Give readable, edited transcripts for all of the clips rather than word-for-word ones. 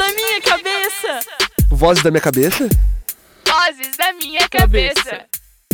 da minha cabeça. Vozes da minha cabeça? Vozes da minha cabeça.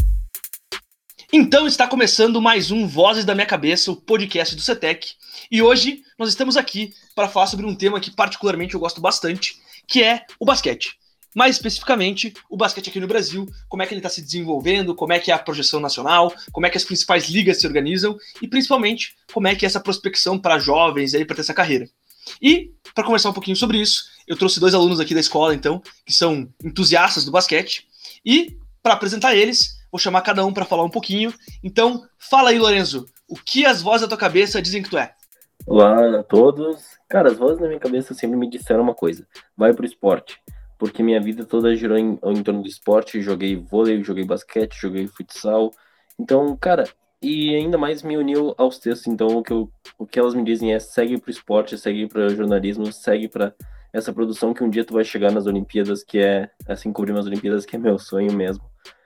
Então está começando mais um Vozes da Minha Cabeça, o podcast do CETEC. E hoje nós estamos aqui para falar sobre um tema que particularmente eu gosto bastante, que é o basquete. Mais especificamente, o basquete aqui no Brasil, como é que ele está se desenvolvendo, como é que é a projeção nacional, como é que as principais ligas se organizam e principalmente como é que é essa prospecção para jovens aí para ter essa carreira. E para conversar um pouquinho sobre isso, eu trouxe 2 alunos aqui da escola, então, que são entusiastas do basquete. E para apresentar eles, vou chamar cada um para falar um pouquinho. Então, fala aí, Lorenzo, o que as vozes da tua cabeça dizem que tu é? Olá a todos. Cara, as vozes na minha cabeça sempre me disseram uma coisa: vai pro esporte. Porque minha vida toda girou em torno do esporte. Joguei vôlei, joguei basquete, joguei futsal. Então, cara, e ainda mais me uniu aos textos. Então, o que elas me dizem é: segue pro esporte, segue pro jornalismo, segue pra essa produção que um dia tu vai chegar nas Olimpíadas, que é, assim, cobrir umas Olimpíadas, que é meu sonho mesmo.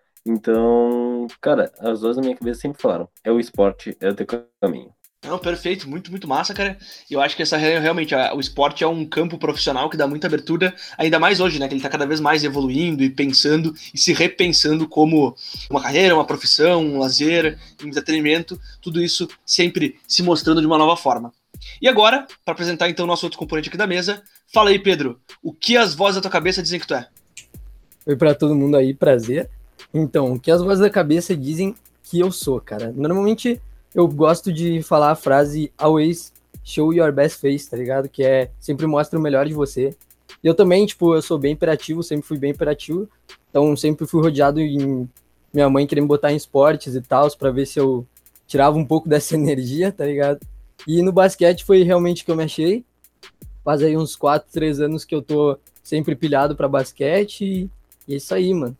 Então, cara, as vozes na minha cabeça sempre falaram: é o esporte, é o teu caminho. Não, perfeito, muito massa, cara. Eu acho que realmente, o esporte é um campo profissional que dá muita abertura, ainda mais hoje, né, que ele tá cada vez mais evoluindo e pensando e se repensando como uma carreira, uma profissão, um lazer, um entretenimento, tudo isso sempre se mostrando de uma nova forma. E agora, para apresentar então o nosso outro componente aqui da mesa, fala aí, Pedro, o que as vozes da tua cabeça dizem que tu é? Oi pra todo mundo aí, prazer. Então, o que as vozes da cabeça dizem que eu sou, cara? Normalmente eu gosto de falar a frase always show your best face, tá ligado? Que é sempre mostra o melhor de você. E eu também, eu sou bem hiperativo, sempre fui bem hiperativo. Então sempre fui rodeado em minha mãe querendo me botar em esportes e tal, pra ver se eu tirava um pouco dessa energia, tá ligado? E no basquete foi realmente que eu me achei. Faz aí uns 4, 3 anos que eu tô sempre pilhado pra basquete e é isso aí, mano.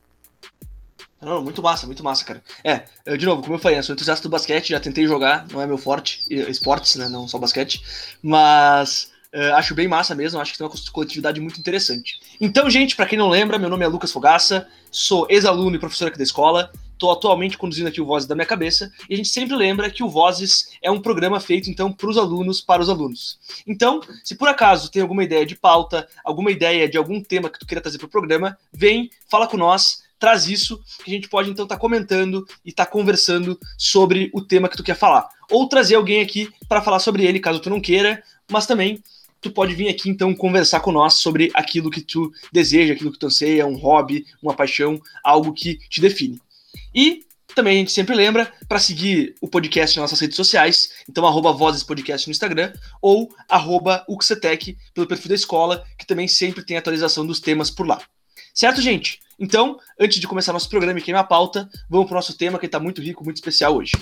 Não, muito massa, cara. De novo, como eu falei, eu sou entusiasta do basquete, já tentei jogar, não é meu forte, esportes, né, não só basquete, mas acho bem massa mesmo, acho que tem uma coletividade muito interessante. Então, gente, pra quem não lembra, meu nome é Lucas Fogaça, sou ex-aluno e professor aqui da escola, estou atualmente conduzindo aqui o Vozes da Minha Cabeça, e a gente sempre lembra que o Vozes é um programa feito, então, pros alunos, para os alunos. Então, se por acaso tem alguma ideia de pauta, alguma ideia de algum tema que tu queira trazer pro programa, vem, fala com nós, traz isso, que a gente pode então estar comentando e estar conversando sobre o tema que tu quer falar. Ou trazer alguém aqui para falar sobre ele, caso tu não queira, mas também tu pode vir aqui então conversar com nós sobre aquilo que tu deseja, aquilo que tu anseia, um hobby, uma paixão, algo que te define. E também a gente sempre lembra para seguir o podcast nas nossas redes sociais, então @vozespodcast no Instagram ou @ucetec pelo perfil da escola, que também sempre tem atualização dos temas por lá. Certo, gente? Então, antes de começar nosso programa e queimar a pauta, vamos para o nosso tema que está muito rico, muito especial hoje.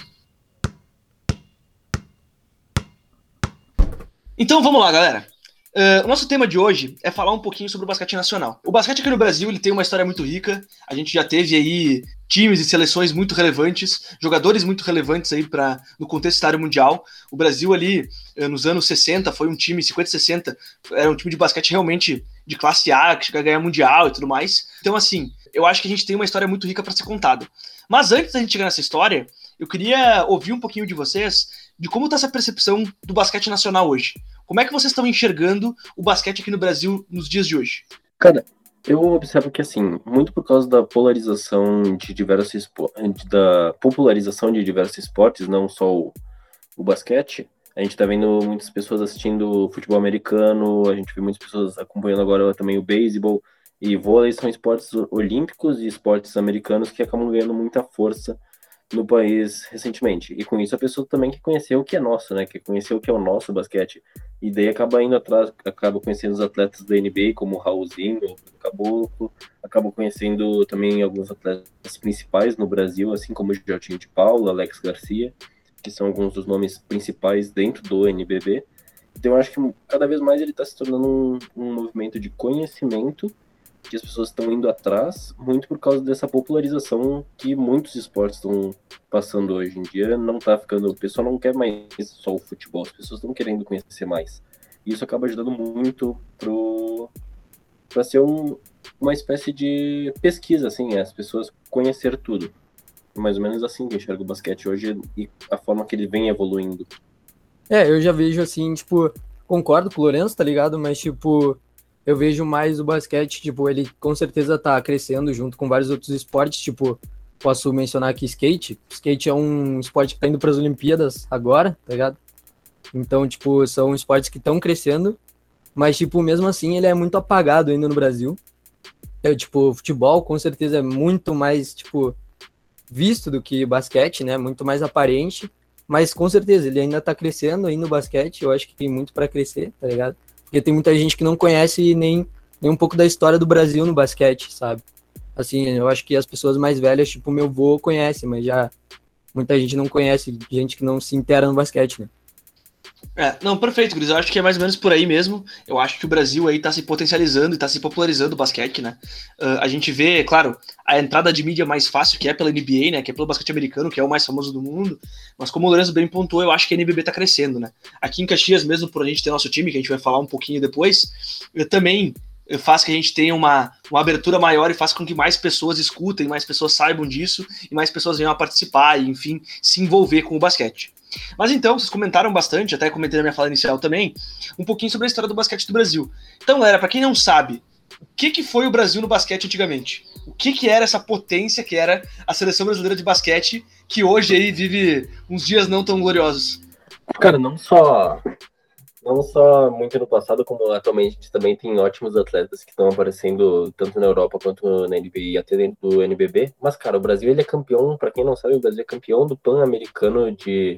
Então vamos lá, galera. O nosso tema de hoje é falar um pouquinho sobre o basquete nacional. O basquete aqui no Brasil ele tem uma história muito rica. A gente já teve aí times e seleções muito relevantes, jogadores muito relevantes aí no contexto cenário mundial. O Brasil ali, nos anos 60, foi um time, 50 e 60, era um time de basquete realmente de classe A, que chega a ganhar mundial e tudo mais. Então, assim, eu acho que a gente tem uma história muito rica para ser contada. Mas antes da gente chegar nessa história, eu queria ouvir um pouquinho de vocês de como está essa percepção do basquete nacional hoje. Como é que vocês estão enxergando o basquete aqui no Brasil nos dias de hoje? Cara, eu observo que, assim, muito por causa da polarização de diversos da popularização de diversos esportes, não só o basquete, a gente tá vendo muitas pessoas assistindo futebol americano, a gente vê muitas pessoas acompanhando agora também o beisebol, e vôlei são esportes olímpicos e esportes americanos que acabam ganhando muita força no país recentemente. E com isso a pessoa também quer conhecer o que é nosso, né? Quer conhecer o que é o nosso basquete. E daí acaba indo atrás, acaba conhecendo os atletas da NBA, como o Raulzinho, o Caboclo, acaba conhecendo também alguns atletas principais no Brasil, assim como o Jorginho de Paula, Alex Garcia, que são alguns dos nomes principais dentro do NBB. Então eu acho que cada vez mais ele está se tornando um movimento de conhecimento, que as pessoas estão indo atrás, muito por causa dessa popularização que muitos esportes estão passando hoje em dia. Não tá ficando, o pessoal não quer mais só o futebol, as pessoas estão querendo conhecer mais. E isso acaba ajudando muito para ser uma espécie de pesquisa, assim, as pessoas conhecer tudo. Mais ou menos assim que eu enxergo o basquete hoje e a forma que ele vem evoluindo. Eu já vejo assim, concordo com o Lourenço, tá ligado? Mas, eu vejo mais o basquete, tipo, ele com certeza tá crescendo junto com vários outros esportes, tipo, posso mencionar aqui skate. Skate é um esporte que tá indo para as Olimpíadas agora, tá ligado? Então, tipo, são esportes que estão crescendo, mas, tipo, mesmo assim, ele é muito apagado ainda no Brasil. Tipo, futebol com certeza é muito mais, tipo, visto do que basquete, né? Muito mais aparente, mas com certeza ele ainda tá crescendo aí no basquete. Eu acho que tem muito para crescer, tá ligado? Porque tem muita gente que não conhece nem um pouco da história do Brasil no basquete, sabe? Assim, eu acho que as pessoas mais velhas, tipo meu avô, conhecem, mas já muita gente não conhece, gente que não se inteira no basquete, né? Não, perfeito, Gris. Eu acho que é mais ou menos por aí mesmo. Eu acho que o Brasil aí tá se potencializando e tá se popularizando o basquete, né? A gente vê, claro, a entrada de mídia mais fácil, que é pela NBA, né? Que é pelo basquete americano, que é o mais famoso do mundo. Mas como o Lourenço bem pontuou, eu acho que a NBB tá crescendo, né? Aqui em Caxias, mesmo por a gente ter nosso time, que a gente vai falar um pouquinho depois, eu também faz que a gente tenha uma abertura maior e faz com que mais pessoas escutem, mais pessoas saibam disso e mais pessoas venham a participar e, enfim, se envolver com o basquete. Mas então, vocês comentaram bastante, até comentei na minha fala inicial também, um pouquinho sobre a história do basquete do Brasil. Então, galera, para quem não sabe, o que foi o Brasil no basquete antigamente? O que era essa potência que era a seleção brasileira de basquete, que hoje aí vive uns dias não tão gloriosos? Cara, não só muito no passado, como atualmente a gente também tem ótimos atletas que estão aparecendo tanto na Europa quanto na NBA e até dentro do NBB. Mas, cara, o Brasil ele é campeão, para quem não sabe, o Brasil é campeão do Pan-Americano de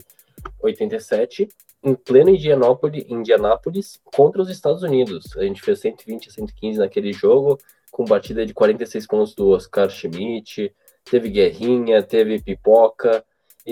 87, em pleno Indianápolis, contra os Estados Unidos. A gente fez 120 a 115 naquele jogo, com batida de 46 pontos do Oscar Schmidt, teve Guerrinha, teve Pipoca,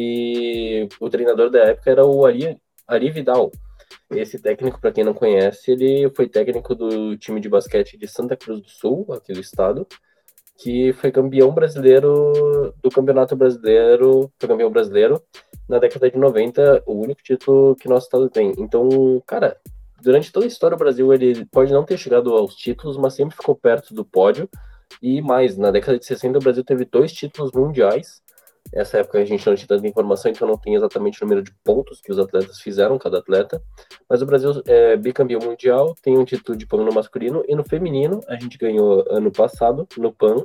e o treinador da época era o Ari Vidal. Esse técnico, para quem não conhece, ele foi técnico do time de basquete de Santa Cruz do Sul, aqui do estado, que foi campeão brasileiro do Campeonato Brasileiro, foi campeão brasileiro na década de 90, o único título que nosso estado tem. Então, cara, durante toda a história do Brasil, ele pode não ter chegado aos títulos, mas sempre ficou perto do pódio. E mais, na década de 60, o Brasil teve 2 títulos mundiais. Nessa época a gente não tinha tanta informação, então não tem exatamente o número de pontos que os atletas fizeram, cada atleta. Mas o Brasil é bicampeão mundial, tem um título de PAN no masculino, e no feminino a gente ganhou ano passado, no PAN.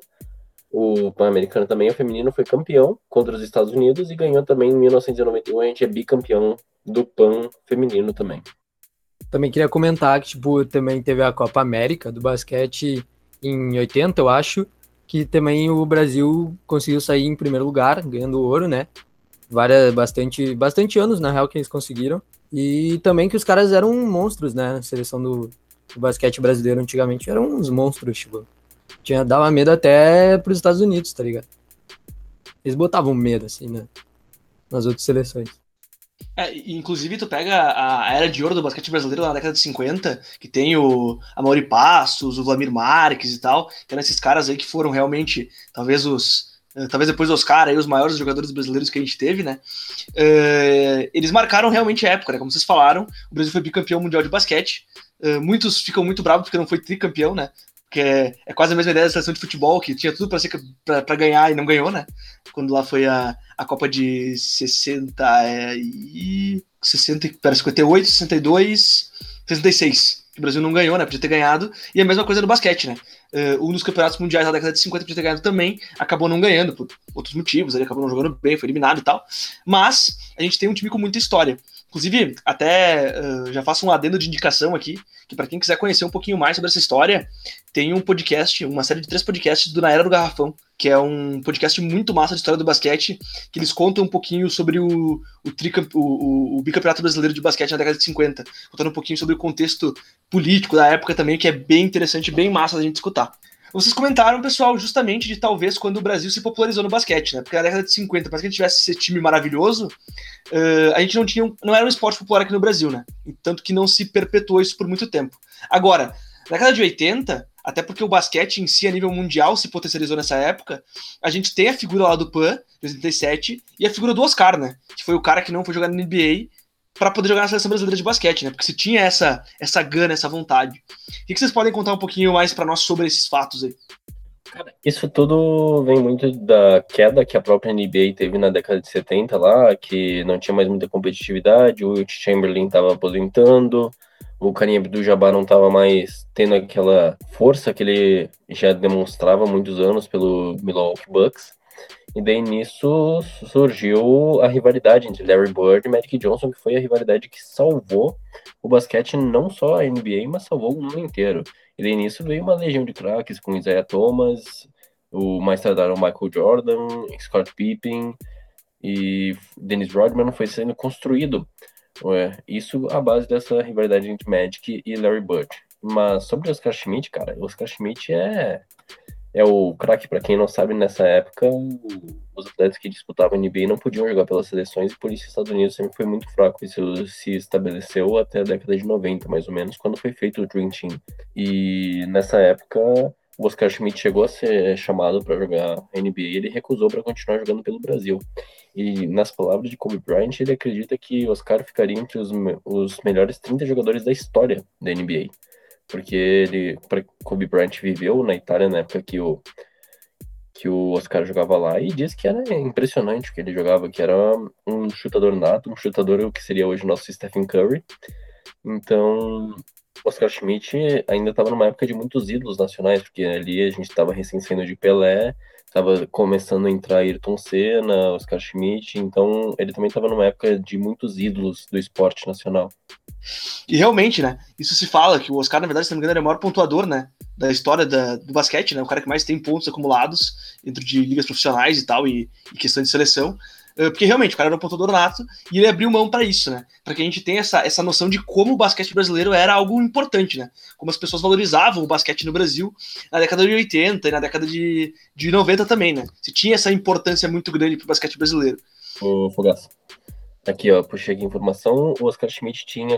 O Pan-Americano também, o feminino, foi campeão contra os Estados Unidos e ganhou também em 1991, a gente é bicampeão do PAN feminino também. Também queria comentar que, tipo, também teve a Copa América do basquete em 80, eu acho, que também o Brasil conseguiu sair em primeiro lugar, ganhando ouro, né? Bastante anos, na real, que eles conseguiram. E também que os caras eram monstros, né? A seleção do basquete brasileiro antigamente eram uns monstros, tipo. Dava medo até pros Estados Unidos, tá ligado? Eles botavam medo, assim, né? Nas outras seleções. Inclusive, tu pega a era de ouro do basquete brasileiro lá na década de 50, que tem o Amaury Passos, o Vlamir Marques e tal, que eram esses caras aí que foram realmente, talvez depois do Oscar, aí, os maiores jogadores brasileiros que a gente teve, né? Eles marcaram realmente a época, né? Como vocês falaram, o Brasil foi bicampeão mundial de basquete. Muitos ficam muito bravos porque não foi tricampeão, né? Que é quase a mesma ideia da seleção de futebol, que tinha tudo para ganhar e não ganhou, né? Quando lá foi a Copa de 58, 62, 66, que o Brasil não ganhou, né? Podia ter ganhado. E a mesma coisa no basquete, né? Um dos campeonatos mundiais da década de 50 podia ter ganhado também, acabou não ganhando por outros motivos, ele acabou não jogando bem, foi eliminado e tal. Mas a gente tem um time com muita história. Inclusive, até já faço um adendo de indicação aqui, que para quem quiser conhecer um pouquinho mais sobre essa história, tem um podcast, uma série de 3 podcasts do Na Era do Garrafão, que é um podcast muito massa de história do basquete, que eles contam um pouquinho sobre o bicampeonato brasileiro de basquete na década de 50, contando um pouquinho sobre o contexto político da época também, que é bem interessante, bem massa da gente escutar. Vocês comentaram, pessoal, justamente de talvez quando o Brasil se popularizou no basquete, né? Porque na década de 50, para que a gente tivesse esse time maravilhoso, a gente não era um esporte popular aqui no Brasil, né? E tanto que não se perpetuou isso por muito tempo. Agora, na década de 80, até porque o basquete em si, a nível mundial, se potencializou nessa época, a gente tem a figura lá do PAN, de 87, e a figura do Oscar, né? Que foi o cara que não foi jogar na NBA para poder jogar na seleção brasileira de basquete, né? Porque se tinha essa gana, essa vontade. O que vocês podem contar um pouquinho mais para nós sobre esses fatos aí? Cara, isso tudo vem muito da queda que a própria NBA teve na década de 70 lá, que não tinha mais muita competitividade, o Wilt Chamberlain estava aposentando, o Kareem Abdul-Jabbar não estava mais tendo aquela força que ele já demonstrava há muitos anos pelo Milwaukee Bucks. E daí nisso surgiu a rivalidade entre Larry Bird e Magic Johnson, que foi a rivalidade que salvou o basquete, não só a NBA, mas salvou o mundo inteiro. E daí nisso veio uma legião de craques com Isaiah Thomas, o mais tardaram Michael Jordan, Scott Pippen e Dennis Rodman foi sendo construído. Isso à base dessa rivalidade entre Magic e Larry Bird. Mas sobre o Oscar Schmidt, cara, o Oscar Schmidt é o craque. Para quem não sabe, nessa época, os atletas que disputavam a NBA não podiam jogar pelas seleções e por isso os Estados Unidos sempre foi muito fraco. Isso se estabeleceu até a década de 90, mais ou menos, quando foi feito o Dream Team. E nessa época, o Oscar Schmidt chegou a ser chamado para jogar a NBA e ele recusou para continuar jogando pelo Brasil. E nas palavras de Kobe Bryant, ele acredita que Oscar ficaria entre os melhores 30 jogadores da história da NBA. Porque Kobe Bryant viveu na Itália na época que o Oscar jogava lá e disse que era impressionante o que ele jogava, que era um chutador nato, um chutador que seria hoje o nosso Stephen Curry. Então, Oscar Schmidt ainda estava numa época de muitos ídolos nacionais, porque ali a gente estava recém saindo de Pelé, estava começando a entrar Ayrton Senna, Oscar Schmidt, então ele também estava numa época de muitos ídolos do esporte nacional. E realmente, né, isso se fala, que o Oscar, na verdade, se não me engano, era o maior pontuador, né, da história do basquete, né, o cara que mais tem pontos acumulados dentro de ligas profissionais e tal, e questão de seleção, porque realmente o cara era um pontuador nato, e ele abriu mão para isso, né, para que a gente tenha essa noção de como o basquete brasileiro era algo importante, né, como as pessoas valorizavam o basquete no Brasil na década de 80 e na década de 90 também, né, se tinha essa importância muito grande pro basquete brasileiro. Ô, Fogaça. Aqui, ó, puxei aqui a informação, o Oscar Schmidt tinha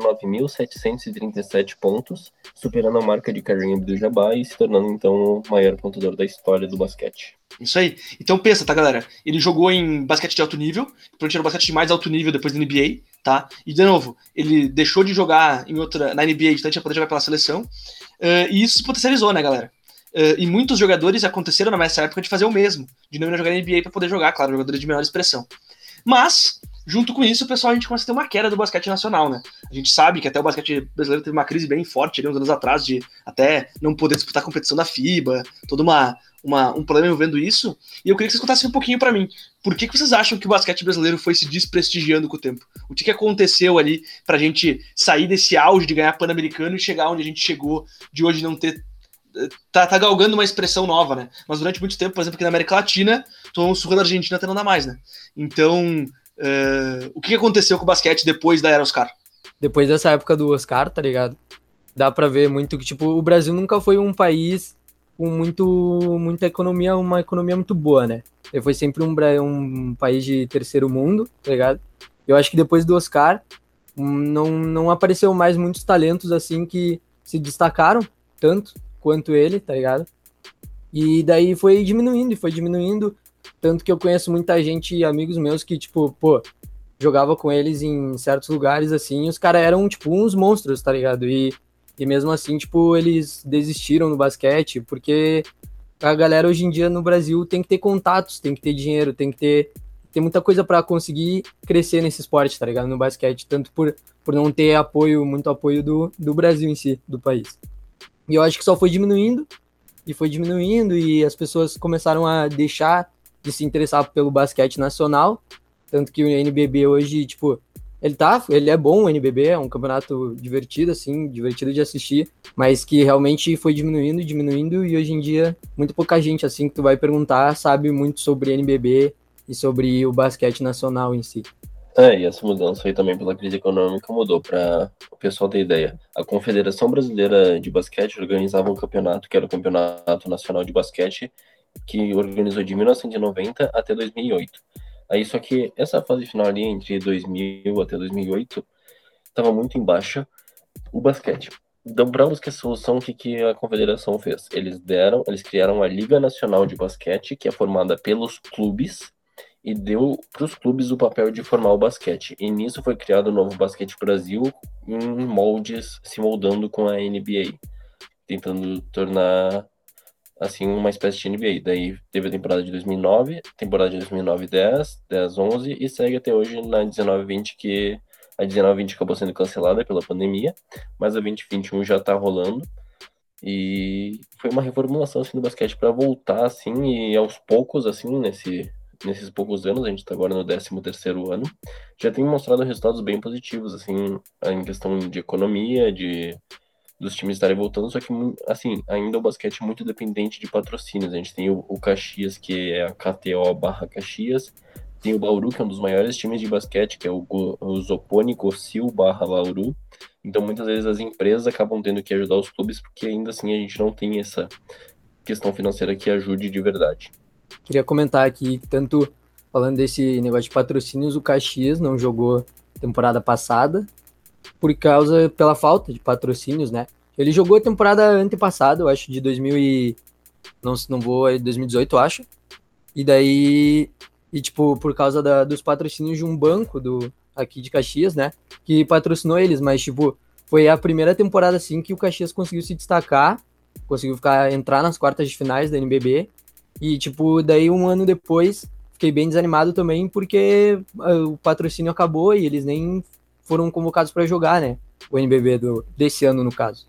49.737 pontos, superando a marca de Kareem Abdul-Jabbar e se tornando, então, o maior pontuador da história do basquete. Isso aí. Então pensa, tá, galera? Ele jogou em basquete de alto nível, provavelmente era o basquete de mais alto nível depois da NBA, tá? E, de novo, ele deixou de jogar na NBA, então tinha poder jogar pela seleção, e isso se potencializou, né, galera? E muitos jogadores aconteceram nessa época de fazer o mesmo, de não ir jogar na NBA para poder jogar, claro, jogadores de menor expressão. Mas, junto com isso, pessoal, a gente começa a ter uma queda do basquete nacional, né? A gente sabe que até o basquete brasileiro teve uma crise bem forte ali uns anos atrás, de até não poder disputar a competição da FIBA, todo um problema envolvendo isso. E eu queria que vocês contassem um pouquinho pra mim. Por que vocês acham que o basquete brasileiro foi se desprestigiando com o tempo? O que aconteceu ali pra gente sair desse auge de ganhar Pan-Americano e chegar onde a gente chegou, de hoje não ter... Tá galgando uma expressão nova, né? Mas durante muito tempo, por exemplo, aqui na América Latina, tomou um surra da Argentina até não dá mais, né? Então, o que aconteceu com o basquete depois da era Oscar? Depois dessa época do Oscar, tá ligado? Dá pra ver muito que, tipo, o Brasil nunca foi um país com muita economia, uma economia muito boa, né? Ele foi sempre um país de terceiro mundo, tá ligado? Eu acho que depois do Oscar, não apareceu mais muitos talentos, assim, que se destacaram tanto quanto ele, tá ligado? E daí foi diminuindo, tanto que eu conheço muita gente, amigos meus, que, tipo, pô, jogava com eles em certos lugares, assim, e os caras eram, tipo, uns monstros, tá ligado? E mesmo assim, tipo, eles desistiram no basquete, porque a galera hoje em dia no Brasil tem que ter contatos, tem que ter dinheiro, tem que ter muita coisa pra conseguir crescer nesse esporte, tá ligado? No basquete, tanto por não ter muito apoio do Brasil em si, do país. E eu acho que só foi diminuindo, e as pessoas começaram a deixar de se interessar pelo basquete nacional, tanto que o NBB hoje, tipo, ele é bom, o NBB é um campeonato divertido, assim, divertido de assistir, mas que realmente foi diminuindo, e hoje em dia, muito pouca gente, assim, que tu vai perguntar, sabe muito sobre NBB e sobre o basquete nacional em si. E essa mudança aí também pela crise econômica mudou. Para o pessoal ter ideia. A Confederação Brasileira de Basquete organizava um campeonato, que era o Campeonato Nacional de Basquete, que organizou de 1990 até 2008. Aí só que essa fase final ali, entre 2000 até 2008, estava muito em baixa o basquete. Então, para buscar a solução, o que a Confederação fez? Eles criaram a Liga Nacional de Basquete, que é formada pelos clubes, e deu para os clubes o papel de formar o basquete. E nisso foi criado o novo Basquete Brasil, em moldes, se moldando com a NBA, tentando tornar, assim, uma espécie de NBA. Daí teve a temporada de 2009, temporada de 2009-10, 10-11, e segue até hoje na 19-20, que A 19-20 acabou sendo cancelada pela pandemia, mas a 20-21 já tá rolando. E foi uma reformulação assim, do basquete para voltar assim, e aos poucos, assim, nesses poucos anos, a gente está agora no 13º ano, já tem mostrado resultados bem positivos, assim, em questão de economia, dos times estarem voltando, só que, assim, ainda o basquete é muito dependente de patrocínios. A gente tem o Caxias, que é a KTO/Caxias, tem o Bauru, que é um dos maiores times de basquete, que é o Zoponi Gossil/Bauru. Então, muitas vezes as empresas acabam tendo que ajudar os clubes, porque ainda assim a gente não tem essa questão financeira que ajude de verdade. Queria comentar aqui, tanto falando desse negócio de patrocínios, o Caxias não jogou temporada passada pela falta de patrocínios, né? Ele jogou a temporada antepassada, eu acho, de 2018, eu acho. E daí, tipo, por causa dos patrocínios de um banco aqui de Caxias, né? Que patrocinou eles, mas, tipo, foi a primeira temporada, assim, que o Caxias conseguiu se destacar, conseguiu entrar nas quartas de finais da NBB. E, tipo, daí um ano depois, fiquei bem desanimado também, porque o patrocínio acabou e eles nem foram convocados para jogar, né? O NBB desse ano, no caso.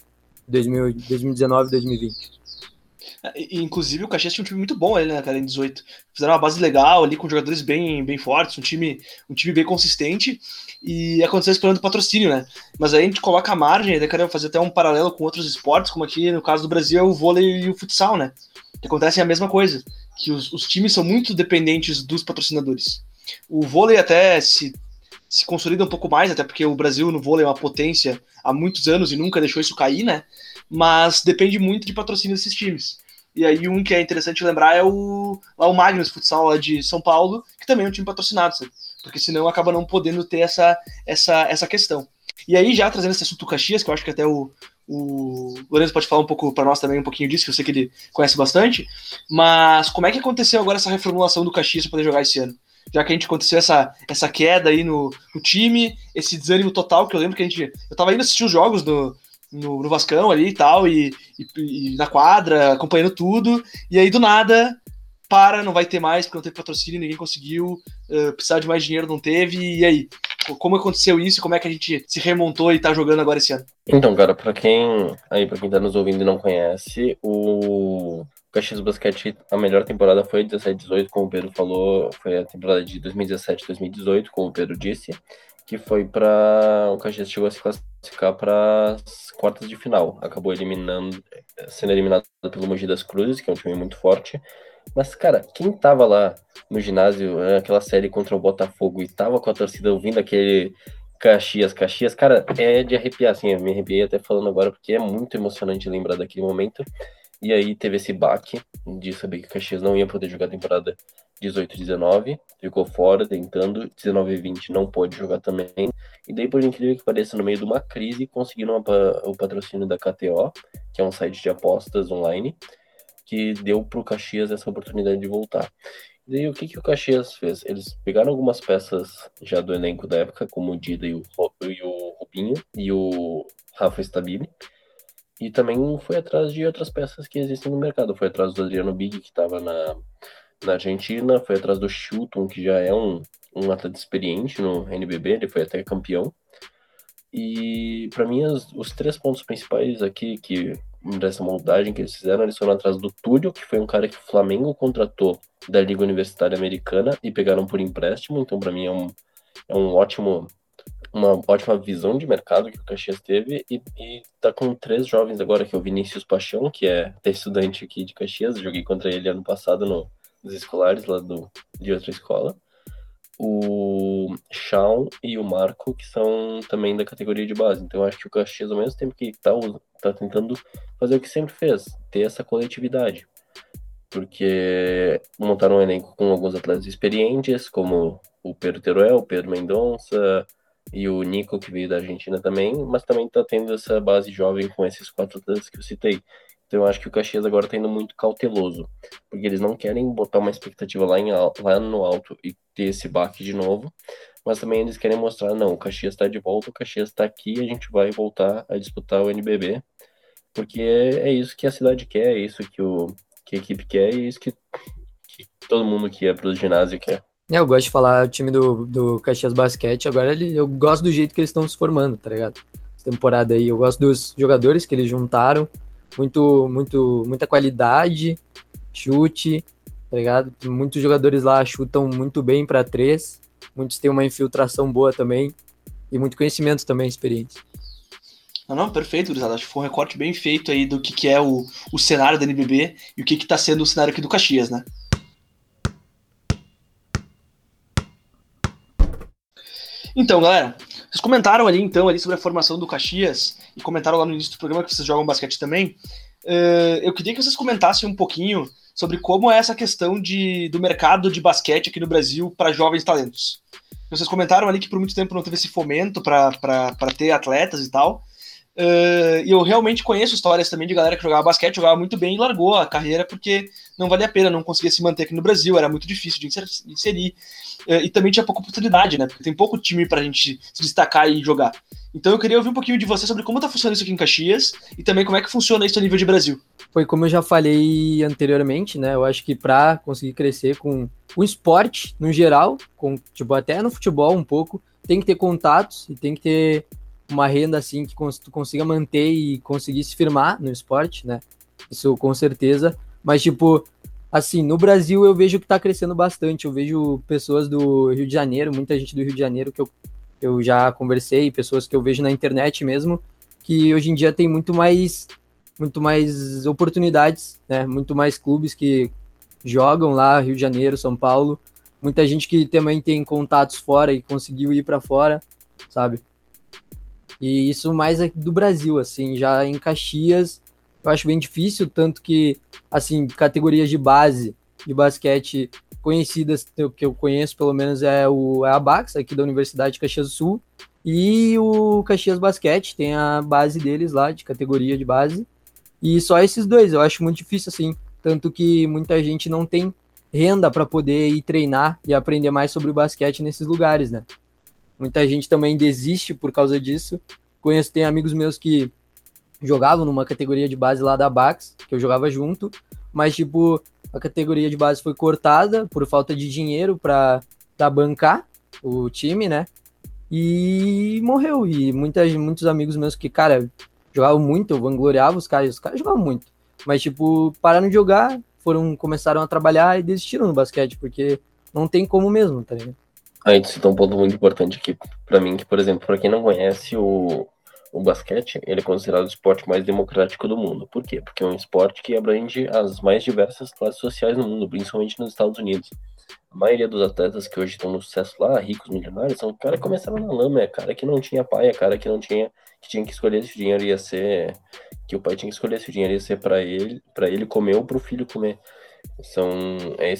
2019, 2020. Inclusive, o Caxias tinha um time muito bom ali, né, cara, em 18. Fizeram uma base legal ali, com jogadores bem, bem fortes, um time bem consistente, e aconteceu esse problema do patrocínio, né? Mas aí a gente coloca a margem, daí quero fazer até um paralelo com outros esportes, como aqui no caso do Brasil é o vôlei e o futsal, né? Que acontecem a mesma coisa, que os times são muito dependentes dos patrocinadores. O vôlei até se consolida um pouco mais, até porque o Brasil no vôlei é uma potência há muitos anos e nunca deixou isso cair, né? Mas depende muito de patrocínio desses times. E aí um que é interessante lembrar é o Magnus Futsal lá de São Paulo, que também é um time patrocinado, sabe? Porque senão acaba não podendo ter essa questão. E aí já trazendo esse assunto do Caxias, que eu acho que até o Lourenço pode falar um pouco para nós também, um pouquinho disso, que eu sei que ele conhece bastante, mas como é que aconteceu agora essa reformulação do Caxias para poder jogar esse ano? Já que a gente aconteceu essa queda aí no time, esse desânimo total, que eu lembro que eu tava indo assistir os jogos no Vascão ali e tal, e na quadra, acompanhando tudo, e aí do nada, não vai ter mais, porque não teve patrocínio, ninguém conseguiu, precisar de mais dinheiro, não teve, e aí? Como aconteceu isso, como é que a gente se remontou e tá jogando agora esse ano? Então, cara, pra quem tá nos ouvindo e não conhece, o Caxias Basquete, a melhor temporada foi 17-18, como o Pedro falou, foi a temporada de 2017-2018, como o Pedro disse, que foi o Caxias chegou a se classificar para as quartas de final, acabou sendo eliminado pelo Mogi das Cruzes, que é um time muito forte. Mas, cara, quem tava lá no ginásio, aquela série contra o Botafogo, e tava com a torcida ouvindo aquele Caxias, cara, é de arrepiar, assim, eu me arrepiei até falando agora, porque é muito emocionante lembrar daquele momento. E aí teve esse baque de saber que o Caxias não ia poder jogar a temporada 18-19, ficou fora, tentando, 19-20 não pôde jogar também. E daí, por incrível que pareça, no meio de uma crise, conseguiram o patrocínio da KTO, que é um site de apostas online, que deu pro Caxias essa oportunidade de voltar. E daí, o que o Caxias fez? Eles pegaram algumas peças já do elenco da época, como o Dida e o Rubinho e o Rafa Stabile, e também foi atrás de outras peças que existem no mercado. Foi atrás do Adriano Big, que estava na Argentina, foi atrás do Chilton, que já é um atleta experiente no NBB, ele foi até campeão. E para mim, os 3 pontos principais aqui dessa montagem que eles fizeram, eles foram atrás do Túlio, que foi um cara que o Flamengo contratou da Liga Universitária Americana e pegaram por empréstimo. Então, para mim, uma ótima visão de mercado que o Caxias teve, e tá com 3 jovens agora, que é o Vinícius Paixão, que é estudante aqui de Caxias, joguei contra ele ano passado nos escolares lá de outra escola, o Shawn e o Marco, que são também da categoria de base. Então eu acho que o Caxias, ao mesmo tempo que tá tentando fazer o que sempre fez, ter essa coletividade, porque montaram um elenco com alguns atletas experientes, como o Pedro Teruel, o Pedro Mendonça e o Nico, que veio da Argentina também, mas também tá tendo essa base jovem com esses 4 atletas que eu citei. Então eu acho que o Caxias agora tá indo muito cauteloso, porque eles não querem botar uma expectativa lá no alto e ter esse baque de novo, mas também eles querem mostrar, não, o Caxias tá de volta, o Caxias tá aqui, a gente vai voltar a disputar o NBB, porque é isso que a cidade quer, é isso que a equipe quer, e é isso que todo mundo que é pro ginásio quer. Eu gosto de falar o time do Caxias Basquete, agora eu gosto do jeito que eles estão se formando, tá ligado? Essa temporada aí, eu gosto dos jogadores que eles juntaram, muita qualidade, chute, tá ligado? Muitos jogadores lá chutam muito bem pra três, muitos têm uma infiltração boa também, e muito conhecimento também, experiência. Não, perfeito, gurizada. Acho que foi um recorte bem feito aí do que é o cenário da NBB e o que tá sendo o cenário aqui do Caxias, né? Então, galera, vocês comentaram ali sobre a formação do Caxias e comentaram lá no início do programa que vocês jogam basquete também. Eu queria que vocês comentassem um pouquinho sobre como é essa questão do mercado de basquete aqui no Brasil para jovens talentos. Vocês comentaram ali que por muito tempo não teve esse fomento para ter atletas e tal. E eu realmente conheço histórias também de galera que jogava basquete, jogava muito bem e largou a carreira porque não valia a pena, não conseguia se manter aqui no Brasil, era muito difícil de inserir. E também tinha pouca oportunidade, né? Porque tem pouco time pra gente se destacar e jogar. Então eu queria ouvir um pouquinho de você sobre como tá funcionando isso aqui em Caxias e também como é que funciona isso a nível de Brasil. Foi como eu já falei anteriormente, né? Eu acho que para conseguir crescer com o esporte no geral, tipo, até no futebol um pouco, tem que ter contatos e tem que ter uma renda assim que tu consiga manter e conseguir se firmar no esporte, né? Isso com certeza. Mas, tipo, assim, no Brasil eu vejo que tá crescendo bastante. Eu vejo pessoas do Rio de Janeiro, muita gente do Rio de Janeiro que eu já conversei, pessoas que eu vejo na internet mesmo, que hoje em dia tem muito mais oportunidades, né? Muito mais clubes que jogam lá, Rio de Janeiro, São Paulo. Muita gente que também tem contatos fora e conseguiu ir para fora, sabe? E isso mais aqui do Brasil, assim, já em Caxias eu acho bem difícil, tanto que, assim, categorias de base de basquete conhecidas, que eu conheço pelo menos, é a Bax, aqui da Universidade de Caxias do Sul, e o Caxias Basquete, tem a base deles lá, de categoria de base, e só esses dois, eu acho muito difícil, assim, tanto que muita gente não tem renda para poder ir treinar e aprender mais sobre o basquete nesses lugares, né? Muita gente também desiste por causa disso. Tem amigos meus que jogavam numa categoria de base lá da Bax, que eu jogava junto, mas, tipo, a categoria de base foi cortada por falta de dinheiro para bancar o time, né? E morreu. E muitos amigos meus que, cara, jogavam muito, eu vangloriava os caras jogavam muito. Mas, tipo, pararam de jogar, começaram a trabalhar e desistiram no basquete, porque não tem como mesmo, tá ligado? Aí tu citou um ponto muito importante aqui pra mim, que, por exemplo, pra quem não conhece o basquete, ele é considerado o esporte mais democrático do mundo. Por quê? Porque é um esporte que abrange as mais diversas classes sociais no mundo, principalmente nos Estados Unidos. A maioria dos atletas que hoje estão no sucesso lá, ricos, milionários, são cara que começaram na lama, é cara que não tinha pai, é cara que não tinha, que tinha que escolher se o dinheiro ia ser, que o pai tinha que escolher se o dinheiro ia ser para ele comer ou para o filho comer. É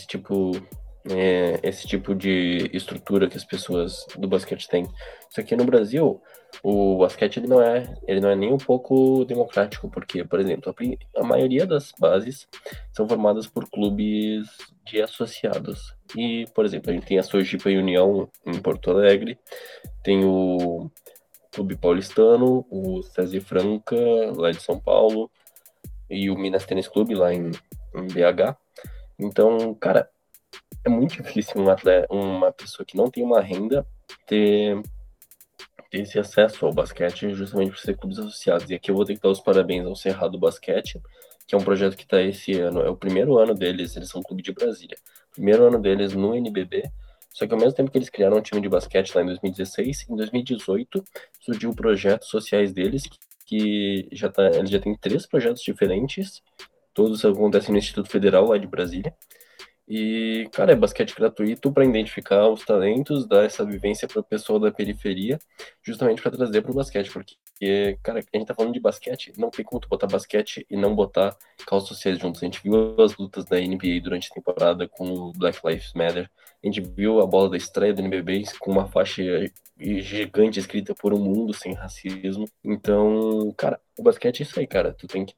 esse tipo de estrutura que as pessoas do basquete têm. Só que no Brasil, o basquete ele não é nem um pouco democrático, porque, por exemplo, a maioria das bases são formadas por clubes de associados. E, por exemplo, a gente tem a Sojipa União em Porto Alegre, tem o Clube Paulistano, o César Franca, lá de São Paulo, e o Minas Tênis Clube, lá em BH. Então, cara, é muito difícil uma pessoa que não tem uma renda ter esse acesso ao basquete justamente por ser clubes associados. E aqui eu vou ter que dar os parabéns ao Cerrado Basquete, que é um projeto que está esse ano, é o primeiro ano deles, eles são um clube de Brasília, primeiro ano deles no NBB, só que ao mesmo tempo que eles criaram um time de basquete lá em 2016, em 2018 surgiu projetos sociais deles, que eles já têm 3 projetos diferentes, todos acontecem no Instituto Federal lá de Brasília. E, cara, é basquete gratuito para identificar os talentos, dar essa vivência para o pessoal da periferia, justamente para trazer para o basquete, porque, cara, a gente tá falando de basquete, não tem como tu botar basquete e não botar causas sociais juntos. A gente viu as lutas da NBA durante a temporada com o Black Lives Matter, a gente viu a bola da estreia do NBB com uma faixa gigante escrita por um mundo sem racismo. Então, cara, o basquete é isso aí, cara, tu tem que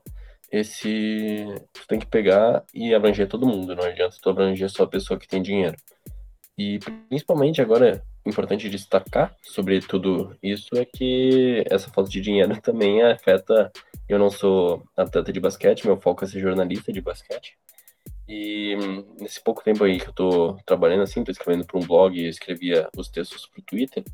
pegar e abranger todo mundo, não adianta tu abranger só a pessoa que tem dinheiro. E principalmente agora, importante destacar sobre tudo isso é que essa falta de dinheiro também afeta. Eu não sou atleta de basquete, meu foco é ser jornalista de basquete. E nesse pouco tempo aí que eu tô trabalhando assim, tô escrevendo para um blog, escrevia os textos pro Twitter,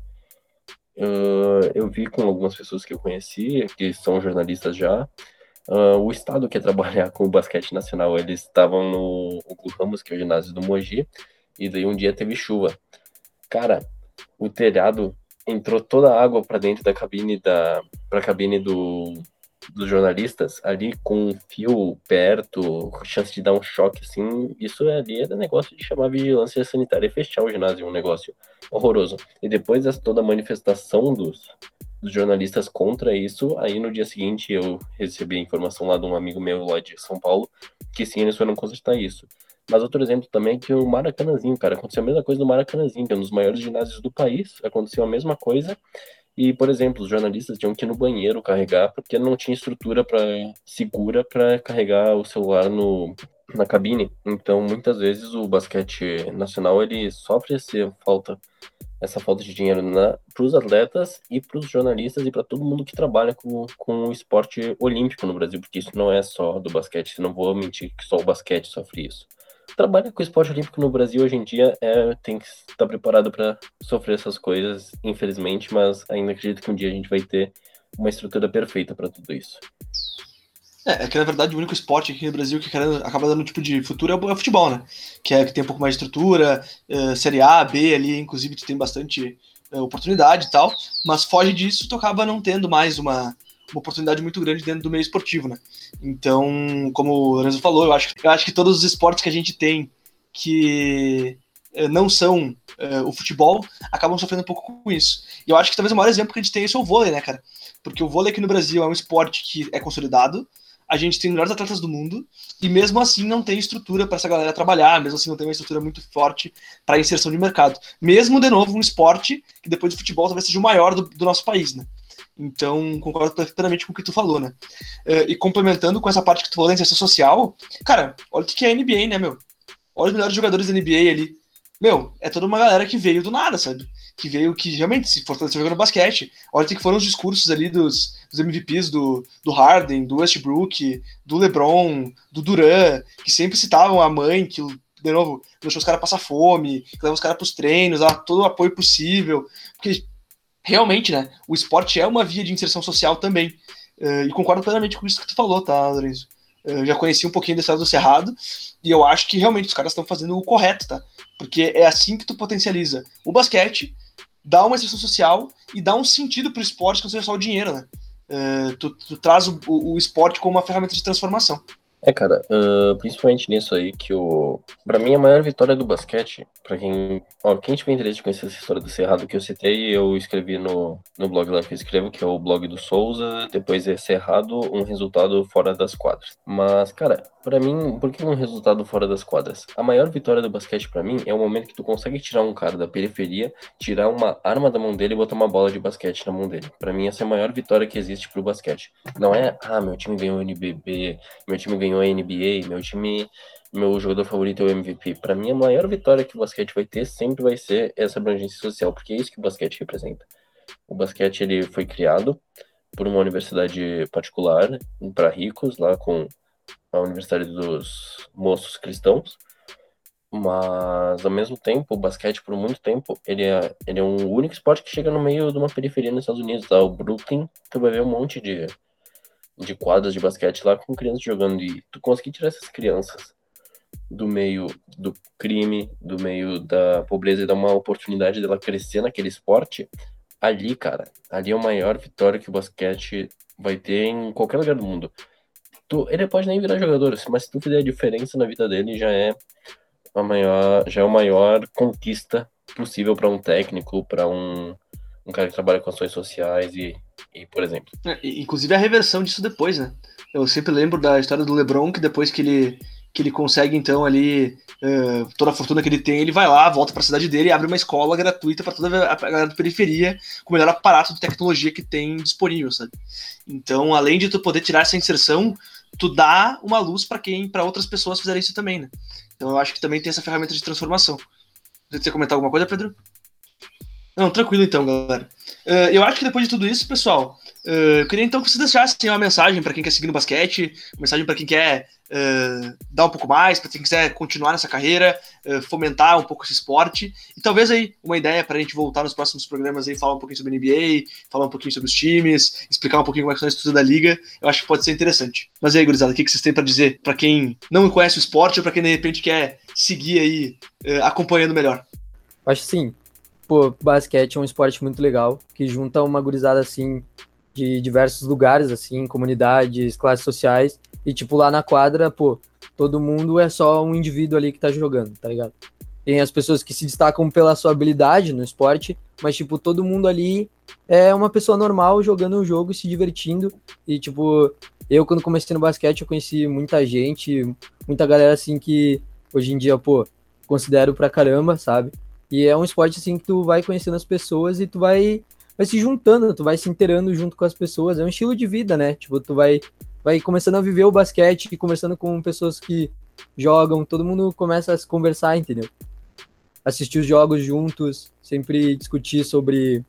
eu vi com algumas pessoas que eu conheci, que são jornalistas já, o estado que é trabalhar com o basquete nacional. Eles estavam no Hugo Ramos, que é o ginásio do Mogi, e daí um dia teve chuva. Cara, o telhado entrou toda a água para dentro da cabine pra cabine dos jornalistas, ali com um fio perto, com chance de dar um choque, assim. Isso ali era negócio de chamar a vigilância sanitária e fechar o ginásio, um negócio horroroso. E depois dessa toda a manifestação dos jornalistas contra isso, aí no dia seguinte eu recebi a informação lá de um amigo meu lá de São Paulo, que sim, eles foram consertar isso. Mas outro exemplo também é que o Maracanãzinho, cara, aconteceu a mesma coisa no Maracanãzinho, que é um dos maiores ginásios do país, aconteceu a mesma coisa, e, por exemplo, os jornalistas tinham que ir no banheiro carregar, porque não tinha estrutura segura para carregar o celular na cabine. Então, muitas vezes o basquete nacional ele sofre essa falta de dinheiro para os atletas e para os jornalistas e para todo mundo que trabalha com o esporte olímpico no Brasil, porque isso não é só do basquete, não vou mentir que só o basquete sofre isso. Trabalhar com esporte olímpico no Brasil hoje em dia tem que estar preparado para sofrer essas coisas, infelizmente, mas ainda acredito que um dia a gente vai ter uma estrutura perfeita para tudo isso. É que na verdade o único esporte aqui no Brasil que acaba dando um tipo de futuro é o futebol, né? Que tem um pouco mais de estrutura, Série A, B ali, inclusive tu tem bastante oportunidade e tal, mas foge disso, tu acaba não tendo mais uma oportunidade muito grande dentro do meio esportivo, né? Então, como o Lorenzo falou, eu acho que todos os esportes que a gente tem que não são o futebol acabam sofrendo um pouco com isso. E eu acho que talvez o maior exemplo que a gente tem é o vôlei, né, cara? Porque o vôlei aqui no Brasil é um esporte que é consolidado, a gente tem os melhores atletas do mundo, e mesmo assim não tem estrutura para essa galera trabalhar, mesmo assim não tem uma estrutura muito forte para inserção de mercado. Mesmo, de novo, um esporte que depois do futebol talvez seja o maior do nosso país, né? Então, concordo plenamente com o que tu falou, né? E complementando com essa parte que tu falou da inserção social, cara, olha o que é a NBA, né, meu? Olha os melhores jogadores da NBA ali. Meu, é toda uma galera que veio do nada, sabe? Que realmente se fortaleceu jogando basquete. Olha o que foram os discursos ali dos MVPs do Harden, do Westbrook, do LeBron, do Durant, que sempre citavam a mãe, que, de novo, deixou os caras passar fome, que leva os caras pros treinos, todo o apoio possível. Porque realmente, né, o esporte é uma via de inserção social também. E concordo plenamente com isso que tu falou, tá, Lorenzo? Eu já conheci um pouquinho desse lado do Cerrado, e eu acho que realmente os caras estão fazendo o correto, tá? Porque é assim que tu potencializa o basquete, dá uma inserção social e dá um sentido pro esporte que não seja só o dinheiro, né? Tu traz o esporte como uma ferramenta de transformação. Cara, principalmente nisso aí que pra mim a maior vitória do basquete, pra quem tiver interesse de conhecer essa história do Cerrado que eu citei, eu escrevi no blog lá que eu escrevo, que é o blog do Souza, depois é Cerrado, um resultado fora das quadras. Mas, cara, pra mim, por que um resultado fora das quadras? A maior vitória do basquete pra mim é o momento que tu consegue tirar um cara da periferia, tirar uma arma da mão dele e botar uma bola de basquete na mão dele. Pra mim essa é a maior vitória que existe pro basquete. Não é, meu time ganhou o NBB, meu time ganhou a NBA, meu jogador favorito é o MVP. Para mim, a maior vitória que o basquete vai ter sempre vai ser essa abrangência social, porque é isso que o basquete representa. O basquete ele foi criado por uma universidade particular para ricos, lá com a Universidade dos Moços Cristãos, mas ao mesmo tempo, o basquete por muito tempo, ele é um único esporte que chega no meio de uma periferia nos Estados Unidos, lá o Brooklyn, tu vai ver um monte de quadras de basquete lá com crianças jogando, e tu conseguir tirar essas crianças do meio do crime, do meio da pobreza e dar uma oportunidade dela crescer naquele esporte, ali, cara, ali é a maior vitória que o basquete vai ter em qualquer lugar do mundo. Ele pode nem virar jogador, mas se tu fizer a diferença na vida dele, já é a maior conquista possível para um técnico, para um cara que trabalha com ações sociais e por exemplo. Inclusive a reversão disso depois, né? Eu sempre lembro da história do LeBron, que depois que ele consegue, então, ali, toda a fortuna que ele tem, ele vai lá, volta para a cidade dele e abre uma escola gratuita para toda a galera da periferia, com o melhor aparato de tecnologia que tem disponível, sabe? Então, além de tu poder tirar essa inserção, tu dá uma luz para outras pessoas fizerem isso também, né? Então, eu acho que também tem essa ferramenta de transformação. Você quer comentar alguma coisa, Pedro? Não, tranquilo então, galera. Eu acho que depois de tudo isso, pessoal, Eu queria então que vocês deixassem uma mensagem para quem quer seguir no basquete, uma mensagem para quem quer dar um pouco mais, para quem quiser continuar nessa carreira, fomentar um pouco esse esporte, e talvez aí uma ideia para a gente voltar nos próximos programas aí, falar um pouquinho sobre a NBA, falar um pouquinho sobre os times, explicar um pouquinho como é que é a estrutura da liga. Eu acho que pode ser interessante. Mas aí, gurizada, o que vocês têm para dizer para quem não conhece o esporte ou para quem de repente quer seguir aí acompanhando melhor? Acho sim. Pô, basquete é um esporte muito legal, que junta uma gurizada assim de diversos lugares, assim, comunidades, classes sociais, e tipo, lá na quadra, pô, todo mundo é só um indivíduo ali que tá jogando, tá ligado? Tem as pessoas que se destacam pela sua habilidade no esporte, mas tipo, todo mundo ali é uma pessoa normal jogando um jogo e se divertindo, e tipo, eu quando comecei no basquete eu conheci muita gente, muita galera assim que hoje em dia, pô, considero pra caramba, sabe? E é um esporte assim que tu vai conhecendo as pessoas e tu vai se juntando, tu vai se inteirando junto com as pessoas, é um estilo de vida, né? Tipo, tu vai começando a viver o basquete, conversando com pessoas que jogam, todo mundo começa a se conversar, entendeu? Assistir os jogos juntos, sempre discutir sobre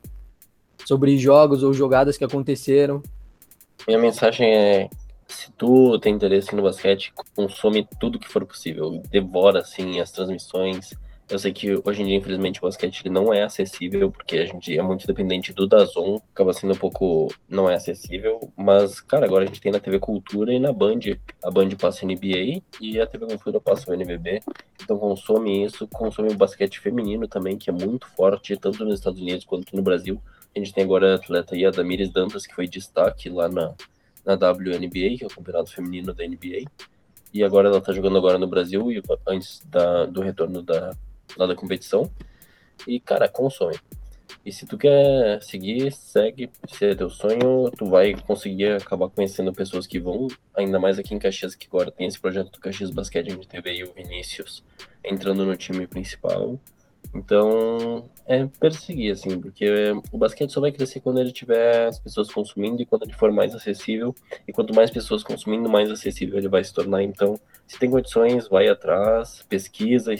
jogos ou jogadas que aconteceram. Minha mensagem é: se tu tem interesse no basquete, consome tudo que for possível, devora, assim, as transmissões. Eu sei que hoje em dia, infelizmente, o basquete ele não é acessível, porque a gente é muito dependente do DAZN, acaba sendo um pouco, não é acessível, mas, cara, agora a gente tem na TV Cultura e na Band. A Band passa NBA e a TV Cultura passa o NBB, então consome isso, consome o basquete feminino também, que é muito forte, tanto nos Estados Unidos quanto no Brasil. A gente tem agora a atleta aí, a Damires Dantas, que foi destaque lá na WNBA, que é o campeonato feminino da NBA, e agora ela tá jogando agora no Brasil, e antes do retorno lá da competição. E, cara, consome. E se tu quer seguir, segue. Se é teu sonho, tu vai conseguir acabar conhecendo pessoas que vão, ainda mais aqui em Caxias, que agora tem esse projeto do Caxias Basquete, a gente teve aí o Vinícius entrando no time principal. Então, é perseguir, assim, porque o basquete só vai crescer quando ele tiver as pessoas consumindo e quando ele for mais acessível. E quanto mais pessoas consumindo, mais acessível ele vai se tornar. Então, se tem condições, vai atrás, pesquisa,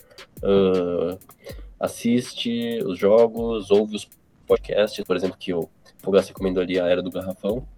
assiste os jogos, ouve os podcasts, por exemplo, que o Fogaça recomendou ali, a Era do Garrafão.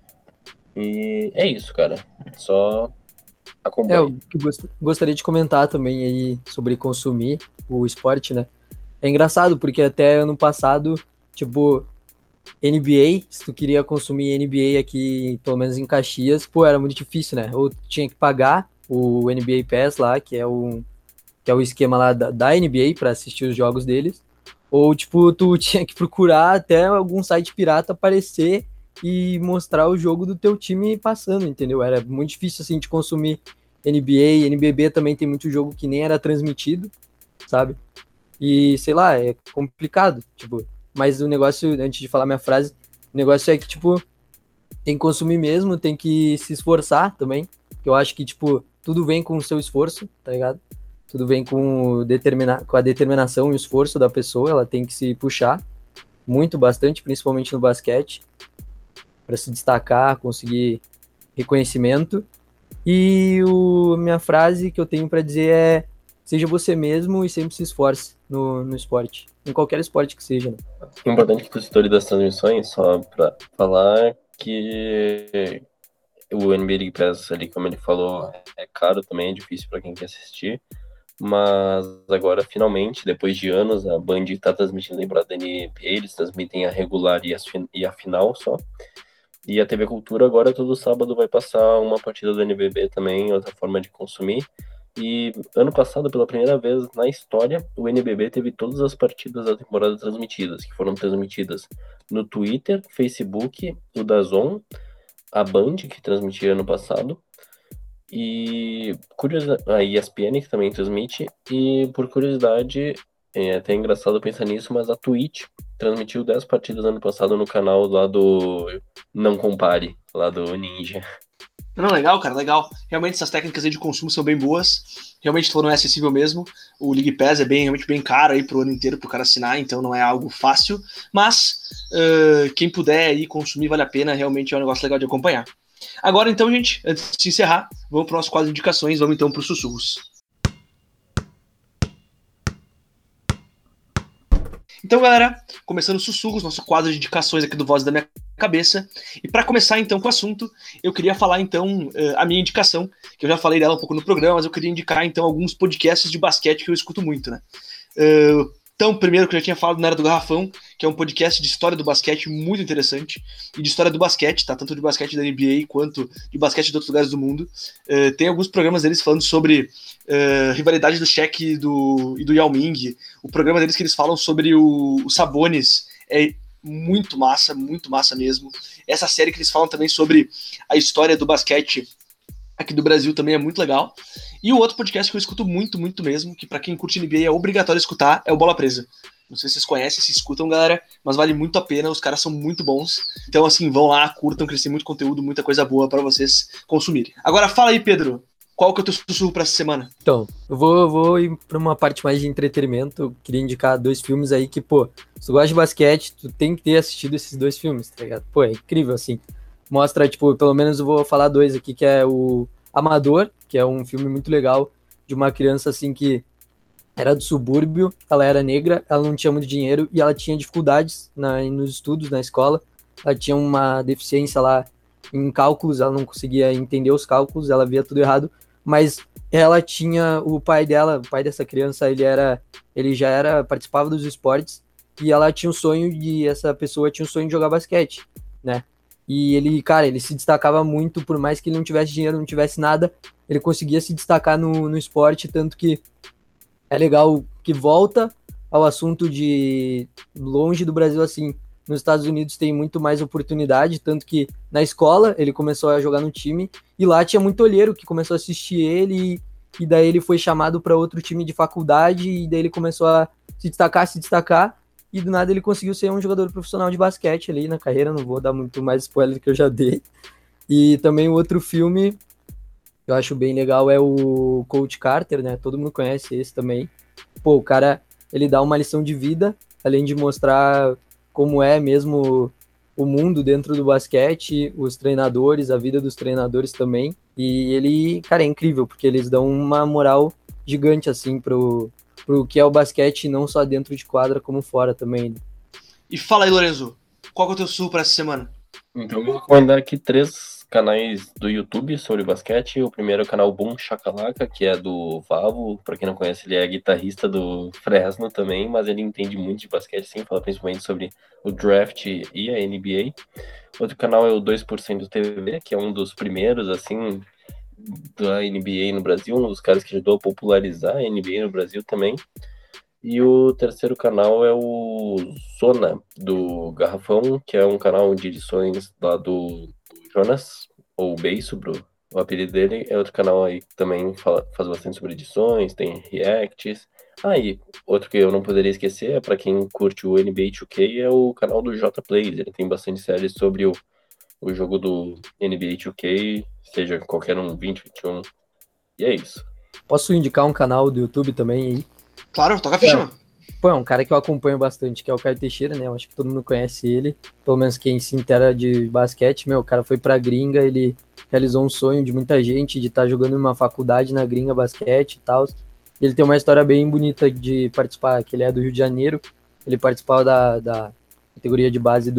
E é isso, cara. Só acompanha. Eu que gostaria de comentar também aí sobre consumir o esporte, né? É engraçado, porque até ano passado, tipo, NBA, se tu queria consumir NBA aqui, pelo menos em Caxias, pô, era muito difícil, né? Ou tu tinha que pagar o NBA Pass lá, que é o esquema lá da NBA para assistir os jogos deles, ou, tipo, tu tinha que procurar até algum site pirata aparecer e mostrar o jogo do teu time passando, entendeu? Era muito difícil, assim, de consumir NBA, NBB também tem muito jogo que nem era transmitido, sabe? E, sei lá, é complicado, tipo, mas o negócio, antes de falar minha frase, o negócio é que, tipo, tem que consumir mesmo, tem que se esforçar também, que eu acho que, tipo, tudo vem com o seu esforço, tá ligado? Tudo vem com a determinação e o esforço da pessoa, ela tem que se puxar muito, bastante, principalmente no basquete, para se destacar, conseguir reconhecimento. E minha frase que eu tenho para dizer é: seja você mesmo e sempre se esforce no esporte, em qualquer esporte que seja, né? O importante que tu citou das transmissões, só pra falar que o NBA League Pass ali, como ele falou, é caro também, é difícil para quem quer assistir, mas agora, finalmente, depois de anos, a Band tá transmitindo a da NBA, eles transmitem a regular e a final só, e a TV Cultura agora todo sábado vai passar uma partida do NBB também, outra forma de consumir. E ano passado, pela primeira vez na história, o NBB teve todas as partidas da temporada transmitidas, que foram transmitidas no Twitter, Facebook, o DAZN, a Band, que transmitia ano passado, e a ESPN, que também transmite, e por curiosidade, é até engraçado pensar nisso, mas a Twitch transmitiu 10 partidas ano passado no canal lá do Não Compare, lá do Ninja. Não, legal, cara, legal. Realmente essas técnicas aí de consumo são bem boas. Realmente não é acessível mesmo. O League Pass é realmente bem caro aí pro ano inteiro pro cara assinar, então não é algo fácil. Mas quem puder aí consumir vale a pena, realmente é um negócio legal de acompanhar. Agora então, gente, antes de encerrar, vamos pro nosso quadro de indicações, vamos então pros sussurros. Então, galera, começando os sussurros, nosso quadro de indicações aqui do Voz da Minha cabeça. E para começar então com o assunto, eu queria falar então a minha indicação, que eu já falei dela um pouco no programa, mas eu queria indicar então alguns podcasts de basquete que eu escuto muito, né? Então, primeiro que eu já tinha falado na Era do Garrafão, que é um podcast de história do basquete muito interessante, e de história do basquete, tá? Tanto de basquete da NBA quanto de basquete de outros lugares do mundo. Tem alguns programas deles falando sobre rivalidade do Shaq e do Yao Ming. O programa deles que eles falam sobre o Sabonis é muito massa mesmo. Essa série que eles falam também sobre a história do basquete aqui do Brasil também é muito legal. E o outro podcast que eu escuto muito mesmo, que pra quem curte NBA é obrigatório escutar, é o Bola Presa. Não sei se vocês conhecem, se escutam, galera, mas vale muito a pena, os caras são muito bons. Então, assim, vão lá, curtam, que eles têm muito conteúdo, muita coisa boa pra vocês consumirem. Agora, fala aí, Pedro, qual que é o teu sussurro pra essa semana? Então, eu vou ir pra uma parte mais de entretenimento. Eu queria indicar 2 filmes aí que, pô, se tu gosta de basquete, tu tem que ter assistido esses 2 filmes, tá ligado? Pô, é incrível, assim. Mostra, tipo, pelo menos eu vou falar 2 aqui, que é o Amador, que é um filme muito legal de uma criança, assim, que era do subúrbio, ela era negra, ela não tinha muito dinheiro e ela tinha dificuldades nos estudos, na escola. Ela tinha uma deficiência lá em cálculos, ela não conseguia entender os cálculos, ela via tudo errado, mas ela tinha, o pai dessa criança, ele já participava dos esportes e ela tinha essa pessoa tinha o sonho de jogar basquete, né? E ele se destacava muito, por mais que ele não tivesse dinheiro, não tivesse nada, ele conseguia se destacar no esporte, tanto que é legal que volta ao assunto de longe do Brasil, assim, nos Estados Unidos tem muito mais oportunidade, tanto que na escola ele começou a jogar no time, e lá tinha muito olheiro que começou a assistir ele, e daí ele foi chamado para outro time de faculdade, e daí ele começou a se destacar, e do nada ele conseguiu ser um jogador profissional de basquete ali na carreira, não vou dar muito mais spoiler que eu já dei. E também o outro filme que eu acho bem legal é o Coach Carter, né? Todo mundo conhece esse também. Pô, o cara, ele dá uma lição de vida, além de mostrar como é mesmo o mundo dentro do basquete, os treinadores, a vida dos treinadores também. E ele, cara, é incrível, porque eles dão uma moral gigante, assim, pro que é o basquete, não só dentro de quadra, como fora também. E fala aí, Lorenzo, qual que é o teu sussurro pra essa semana? Então, eu vou recomendar aqui 3 canais do YouTube sobre basquete. O primeiro é o canal Boom Shakalaka, que é do Vavo. Pra quem não conhece, ele é guitarrista do Fresno também, mas ele entende muito de basquete, sim, fala principalmente sobre o draft e a NBA. Outro canal é o 2% TV, que é um dos primeiros, assim, da NBA no Brasil, um dos caras que ajudou a popularizar a NBA no Brasil também. E o terceiro canal é o Zona, do Garrafão, que é um canal de edições lá do Jonas, ou Beiso, o apelido dele. É outro canal aí que também faz bastante sobre edições, tem reacts. E outro que eu não poderia esquecer, é para quem curte o NBA 2K, é o canal do J Plays. Ele tem bastante séries sobre o jogo do NBA 2K, seja qualquer um, 20, 21. E é isso. Posso indicar um canal do YouTube também aí? Claro, toca a ficha, mano. Pô, é um cara que eu acompanho bastante, que é o Caio Teixeira, né? Eu acho que todo mundo conhece ele. Pelo menos quem se inteira de basquete. Meu, o cara foi pra gringa, ele realizou um sonho de muita gente, de estar jogando em uma faculdade na gringa, basquete e tal. Ele tem uma história bem bonita de participar, que ele é do Rio de Janeiro. Ele participava da categoria de base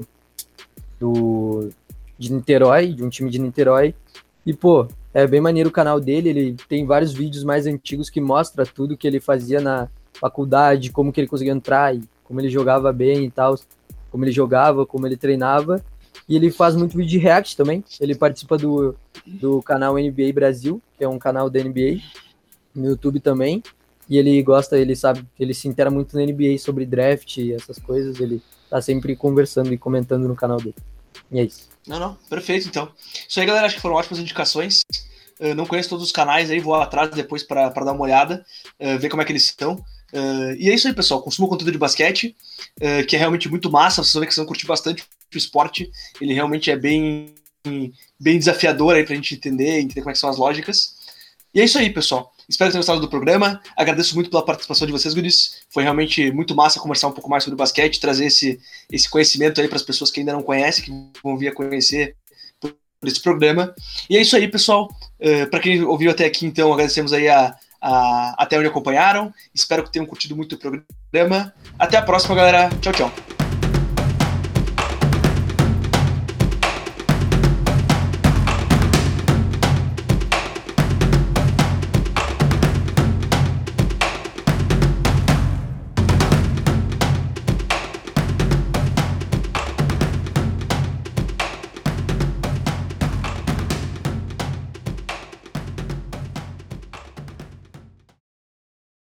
de Niterói, de um time de Niterói. E, pô, é bem maneiro o canal dele. Ele tem vários vídeos mais antigos que mostra tudo que ele fazia na faculdade, como que ele conseguia entrar, e como ele jogava bem e tal, como ele jogava, como ele treinava. E ele faz muito vídeo de react também. Ele participa do canal NBA Brasil, que é um canal da NBA, no YouTube também. E ele sabe, ele se intera muito na NBA sobre draft e essas coisas. Ele tá sempre conversando e comentando no canal dele. E é isso. Não, perfeito, então. Isso aí, galera, acho que foram ótimas indicações. Não conheço todos os canais aí, vou atrás depois para dar uma olhada, ver como é que eles estão. E é isso aí, pessoal. Consuma conteúdo de basquete, que é realmente muito massa. Vocês vão ver que vocês vão curtir bastante o esporte. Ele realmente é bem desafiador aí pra gente entender como é que são as lógicas. E é isso aí, pessoal. Espero que tenham gostado do programa. Agradeço muito pela participação de vocês, guris. Foi realmente muito massa conversar um pouco mais sobre basquete, trazer esse conhecimento aí para as pessoas que ainda não conhecem, que vão vir a conhecer por esse programa. E é isso aí, pessoal. Para quem ouviu até aqui, então, agradecemos aí até onde acompanharam. Espero que tenham curtido muito o programa. Até a próxima, galera. Tchau, tchau.